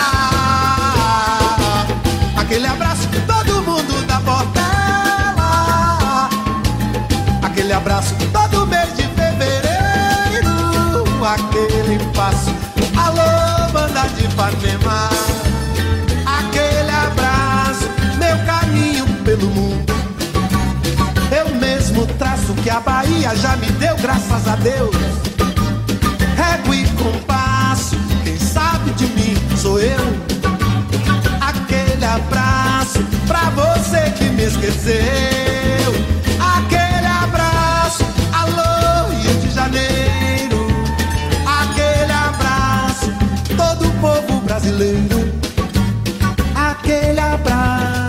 Aquele abraço, todo mundo da portela. Aquele abraço, todo mês de fevereiro. Aquele passo, alô, banda de Ipanema. Aquele abraço, meu caminho pelo mundo. Eu mesmo traço, que a Bahia já me deu, graças a Deus. Régua e compasso, quem sabe de mim sou eu. Aquele abraço, pra você que me esqueceu. Aquele abraço, alô, Rio de Janeiro. Aquele abraço, todo o povo brasileiro. Aquele abraço.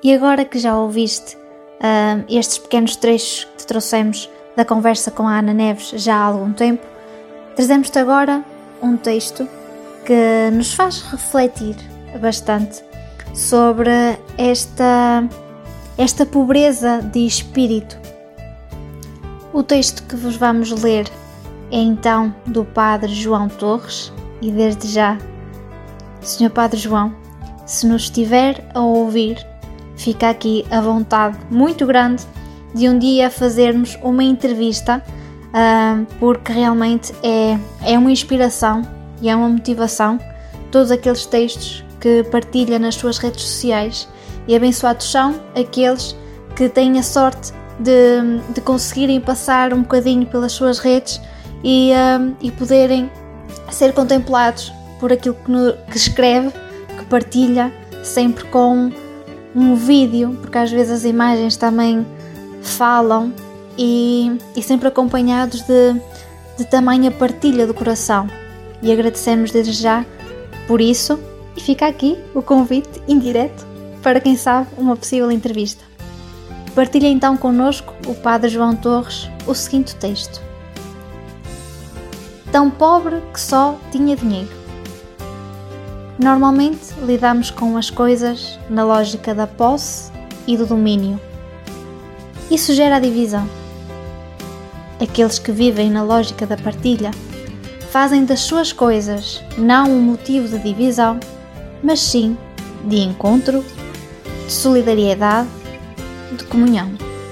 E agora que já ouviste estes pequenos trechos que te trouxemos da conversa com a Ana Neves já há algum tempo, trazemos-te agora um texto que nos faz refletir bastante sobre esta pobreza de espírito. O texto que vos vamos ler é então do Padre João Torres e desde já, Sr. Padre João, se nos estiver a ouvir, fica aqui a vontade muito grande de um dia fazermos uma entrevista, porque realmente é uma inspiração e é uma motivação todos aqueles textos que partilha nas suas redes sociais, e abençoados são aqueles que têm a sorte de conseguirem passar um bocadinho pelas suas redes e poderem ser contemplados por aquilo que escreve, que partilha, sempre com um vídeo, porque às vezes as imagens também falam, e sempre acompanhados de tamanha partilha do coração. E agradecemos desde já por isso, e fica aqui o convite indireto para quem sabe uma possível entrevista. Partilha então connosco o Padre João Torres o seguinte texto: Tão pobre que só tinha dinheiro. Normalmente lidamos com as coisas na lógica da posse e do domínio. Isso gera a divisão. Aqueles que vivem na lógica da partilha fazem das suas coisas não um motivo de divisão, mas sim de encontro, de solidariedade, de comunhão.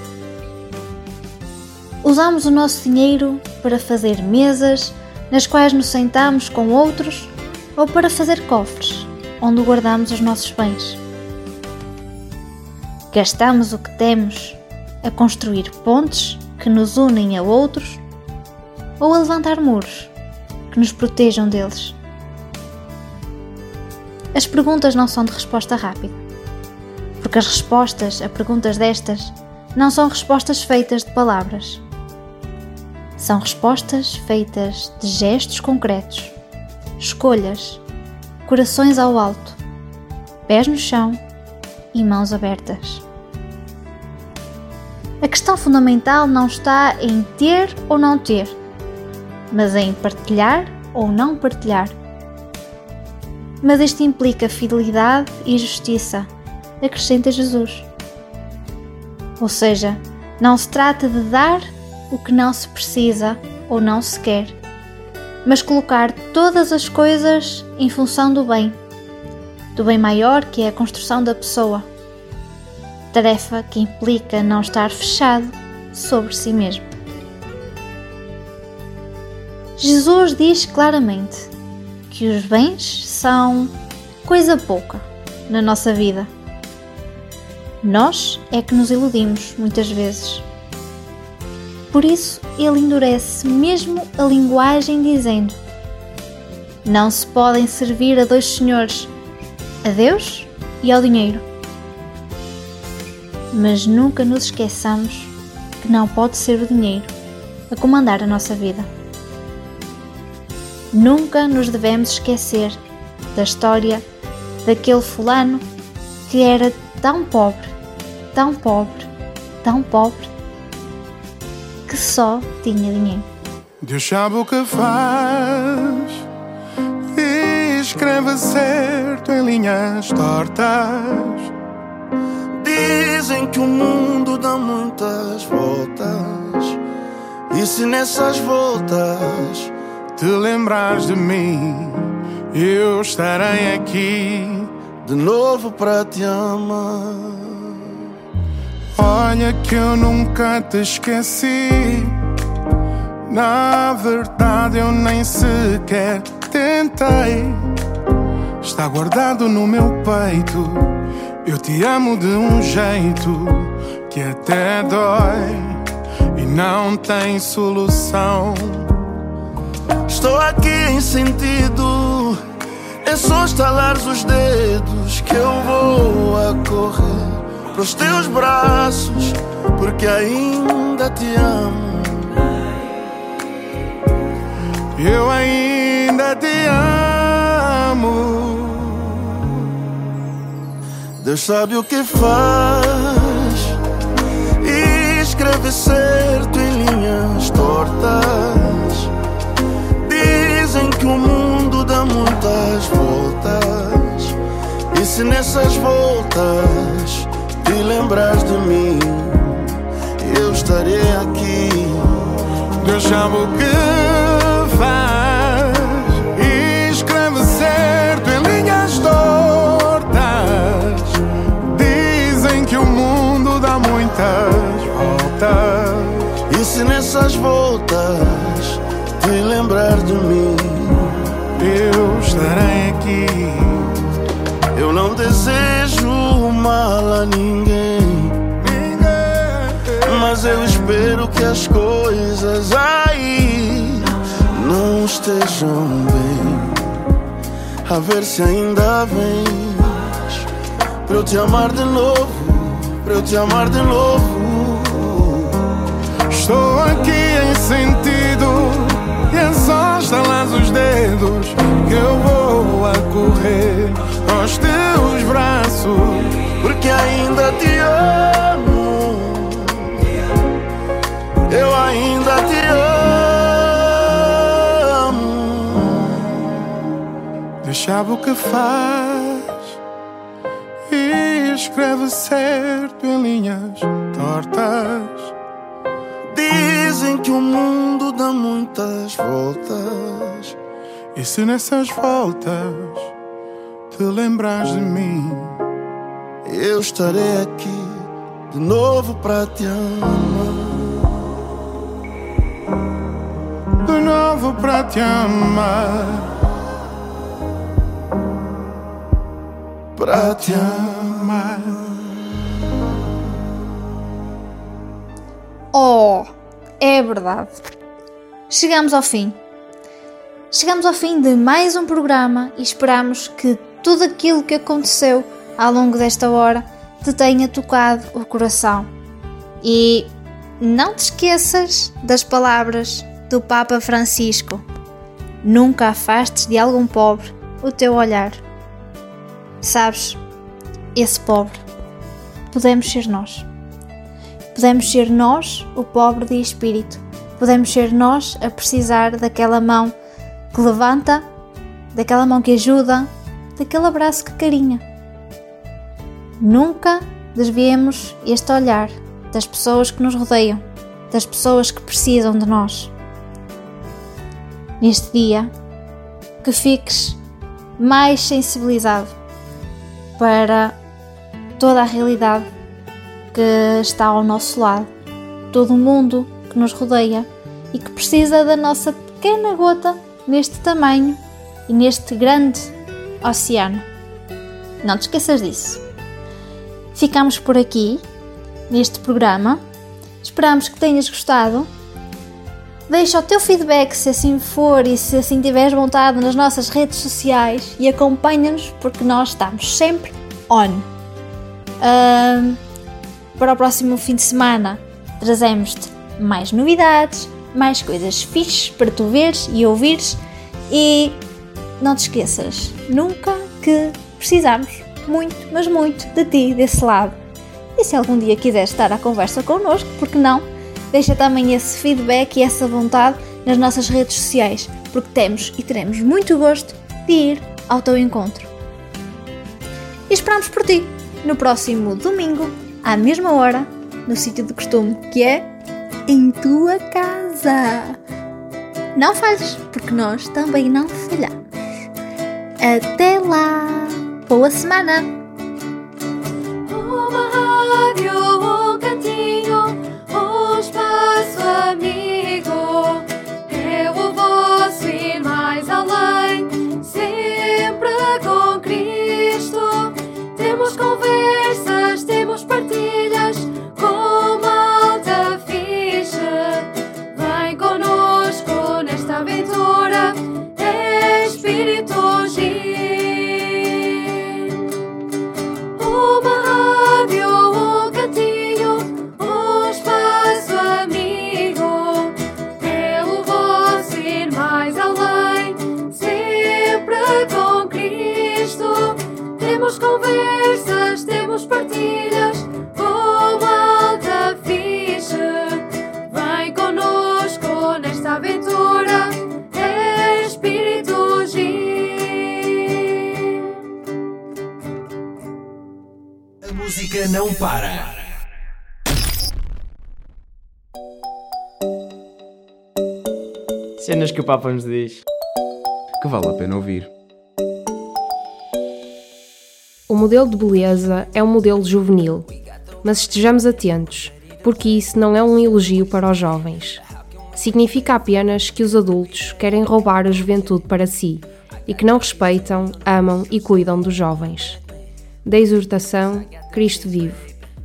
Usamos o nosso dinheiro para fazer mesas nas quais nos sentamos com outros, ou para fazer cofres onde guardamos os nossos bens. Gastamos o que temos a construir pontes que nos unem a outros, ou a levantar muros que nos protejam deles. As perguntas não são de resposta rápida, porque as respostas a perguntas destas não são respostas feitas de palavras. São respostas feitas de gestos concretos, escolhas, corações ao alto, pés no chão e mãos abertas. A questão fundamental não está em ter ou não ter, mas em partilhar ou não partilhar. Mas isto implica fidelidade e justiça, acrescenta Jesus. Ou seja, não se trata de dar o que não se precisa ou não se quer, mas colocar todas as coisas em função do bem maior, que é a construção da pessoa. Tarefa que implica não estar fechado sobre si mesmo. Jesus diz claramente que os bens são coisa pouca na nossa vida. Nós é que nos iludimos muitas vezes. Por isso, ele endurece mesmo a linguagem dizendo: não se podem servir a dois senhores, a Deus e ao dinheiro. Mas nunca nos esqueçamos que não pode ser o dinheiro a comandar a nossa vida. Nunca nos devemos esquecer da história daquele fulano que era tão pobre, tão pobre, tão pobre, que só tinha dinheiro. Deus sabe o que faz e escreve certo em linhas tortas. Dizem que o mundo dá muitas voltas, e se nessas voltas te lembrares de mim, eu estarei aqui de novo para te amar. Olha que eu nunca te esqueci, na verdade eu nem sequer tentei. Está guardado no meu peito, eu te amo de um jeito que até dói e não tem solução. Estou aqui em sentido, é só estalares os dedos que eu vou a correr para os teus braços, porque ainda te amo. Eu ainda te amo. Deus sabe o que faz e escreve certo em linhas tortas. Dizem que o mundo dá muitas voltas, e se nessas voltas te lembrares de mim, eu estarei aqui. Deus sabe o que faz e escreve certo em linhas tortas. Dizem que o mundo dá muitas voltas, e se nessas voltas te lembrar de mim, eu estarei aqui. Eu não desejo mal a ninguém, mas eu espero que as coisas aí não estejam bem. A ver se ainda vens pra eu te amar de novo, pra eu te amar de novo. Estou aqui em sentido, e é só estalar os dedos que eu vou a correr aos teus braços, porque ainda te amo, eu ainda te amo. Deus sabe o que faz e escreve certo em linhas tortas. Dizem que o mundo dá muitas voltas, e se nessas voltas te lembrares de mim, eu estarei aqui de novo pra te amar, de novo pra te amar, pra te amar. Oh, é verdade. Chegamos ao fim. Chegamos ao fim de mais um programa e esperamos que tudo aquilo que aconteceu ao longo desta hora te tenha tocado o coração. E não te esqueças das palavras do Papa Francisco: nunca afastes de algum pobre o teu olhar. Sabes, esse pobre podemos ser nós. Podemos ser nós o pobre de espírito. Podemos ser nós a precisar daquela mão que levanta, daquela mão que ajuda, daquele abraço que carinha. Nunca desviemos este olhar das pessoas que nos rodeiam, das pessoas que precisam de nós. Neste dia, que fiques mais sensibilizado para toda a realidade que está ao nosso lado, todo o mundo que nos rodeia e que precisa da nossa pequena gota neste tamanho e neste grande oceano. Não te esqueças disso. Ficamos por aqui neste programa. Esperamos que tenhas gostado. Deixa o teu feedback se assim for e se assim tiveres vontade nas nossas redes sociais e acompanha-nos, porque nós estamos sempre on. Para o próximo fim de semana trazemos-te mais novidades, mais coisas fixes para tu veres e ouvires, e não te esqueças nunca que precisamos muito, mas muito de ti desse lado. E se algum dia quiseres estar à conversa connosco, porque não? Deixa também esse feedback e essa vontade nas nossas redes sociais, porque temos e teremos muito gosto de ir ao teu encontro. E esperamos por ti no próximo domingo, à mesma hora, no sítio de costume, que é em tua casa. Não falhes, porque nós também não falhamos. Até lá! Boa semana! Uma rádio, um cantinho, um espaço amigo. É o vosso ir mais além, sempre com Cristo. Temos conversas, temos partilhas com malta fixe. Vem connosco nesta aventura, é Espírito G. não para. Cenas que o Papa nos diz que vale a pena ouvir. O modelo de beleza é um modelo juvenil, mas estejamos atentos, porque isso não é um elogio para os jovens. Significa apenas que os adultos querem roubar a juventude para si e que não respeitam, amam e cuidam dos jovens. Da exortação, Cristo vive.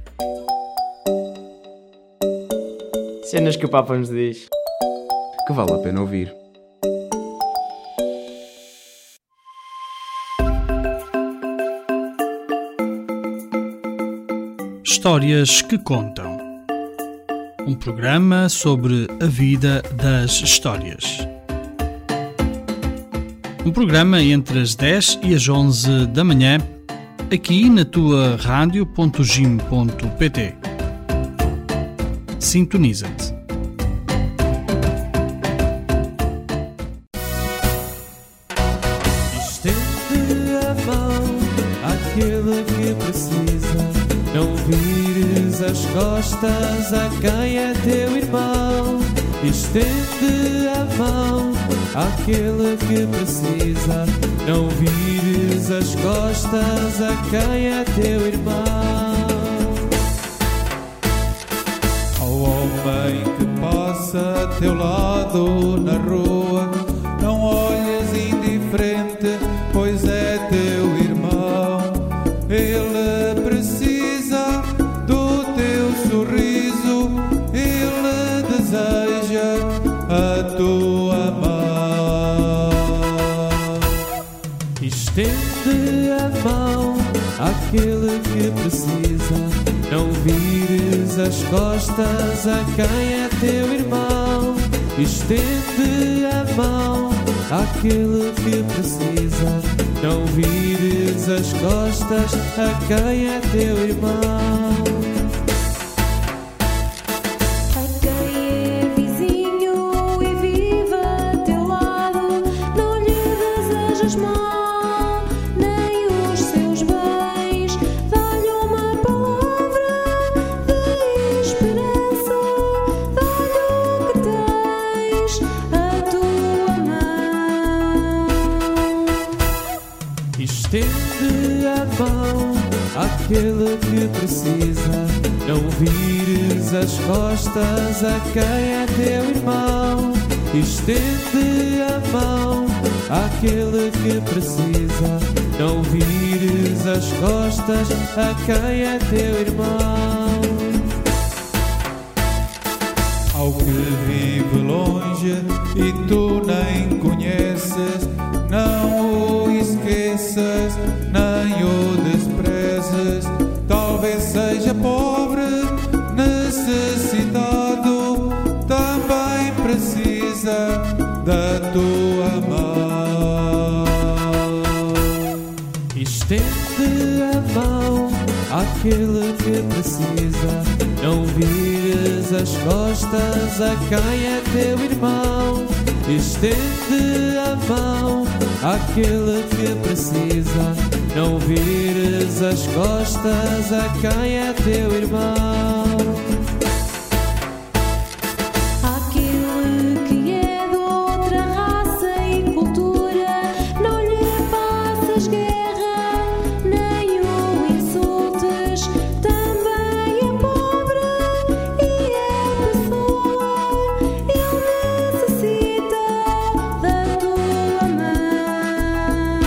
Cenas que o Papa nos diz que vale a pena ouvir. Histórias que contam. Um programa sobre a vida das histórias. Um programa entre as 10 e as 11 da manhã, aqui na tua radio.gim.pt. Sintoniza-te. Estende a mão àquele que precisa. Não vires as costas a quem é teu irmão. Estende a mão àquele que precisa. Não vires as costas a quem é teu irmão. Ao homem que passa a teu lado na rua, não olhes indiferente, pois é teu irmão. Ele precisa do teu sorriso, ele deseja a tua mão. Estende a mão àquele que precisa. Não vires as costas a quem é teu irmão. Estende a mão àquele que precisa. Não vires as costas a quem é teu irmão. A quem é vizinho e vive a teu lado, não lhe desejas mal, nem os seus bens. Dá-lhe uma palavra de esperança, dá-lhe o que tens, a tua mão. Estende a mão àquele que precisa. Não vires as costas a quem é teu irmão. Estende a mão àquele que precisa. Não vires as costas a quem é teu irmão. Ao que vive longe e tu nem conheces, não o esqueças, nem o desprezes. Talvez seja pobre, necessitado, também precisa da tua mão. Estende a mão àquele que precisa. Não vires as costas a quem é teu irmão. Estende a mão àquele que precisa. Não vires as costas a quem é teu irmão. Aquele que é de outra raça e cultura, não lhe faças guerra, nem o insultes. Também é pobre e é pessoa, ele necessita da tua mão.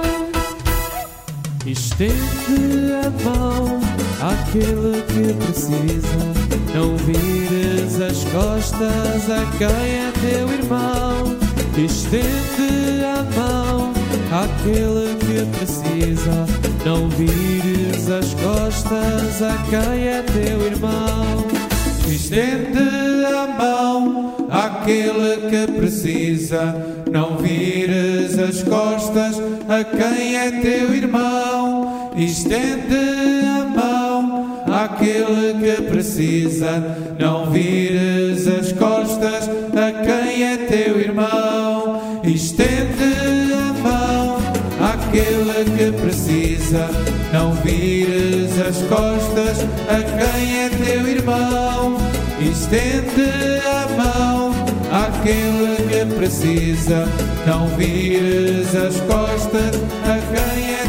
Estende a mão àquele que precisa. Não vires as costas a quem é teu irmão. Estende a mão àquele que precisa. Não vires as costas a quem é teu irmão. Estende a mão àquele que precisa. Não vires as costas a quem é teu irmão. Estende a mão àquele que precisa. Não vires as costas a quem é teu irmão. Estende a mão àquele que precisa. não vires as costas a quem é teu irmão. Estende a mão àquele que precisa, não vires as costas a quem é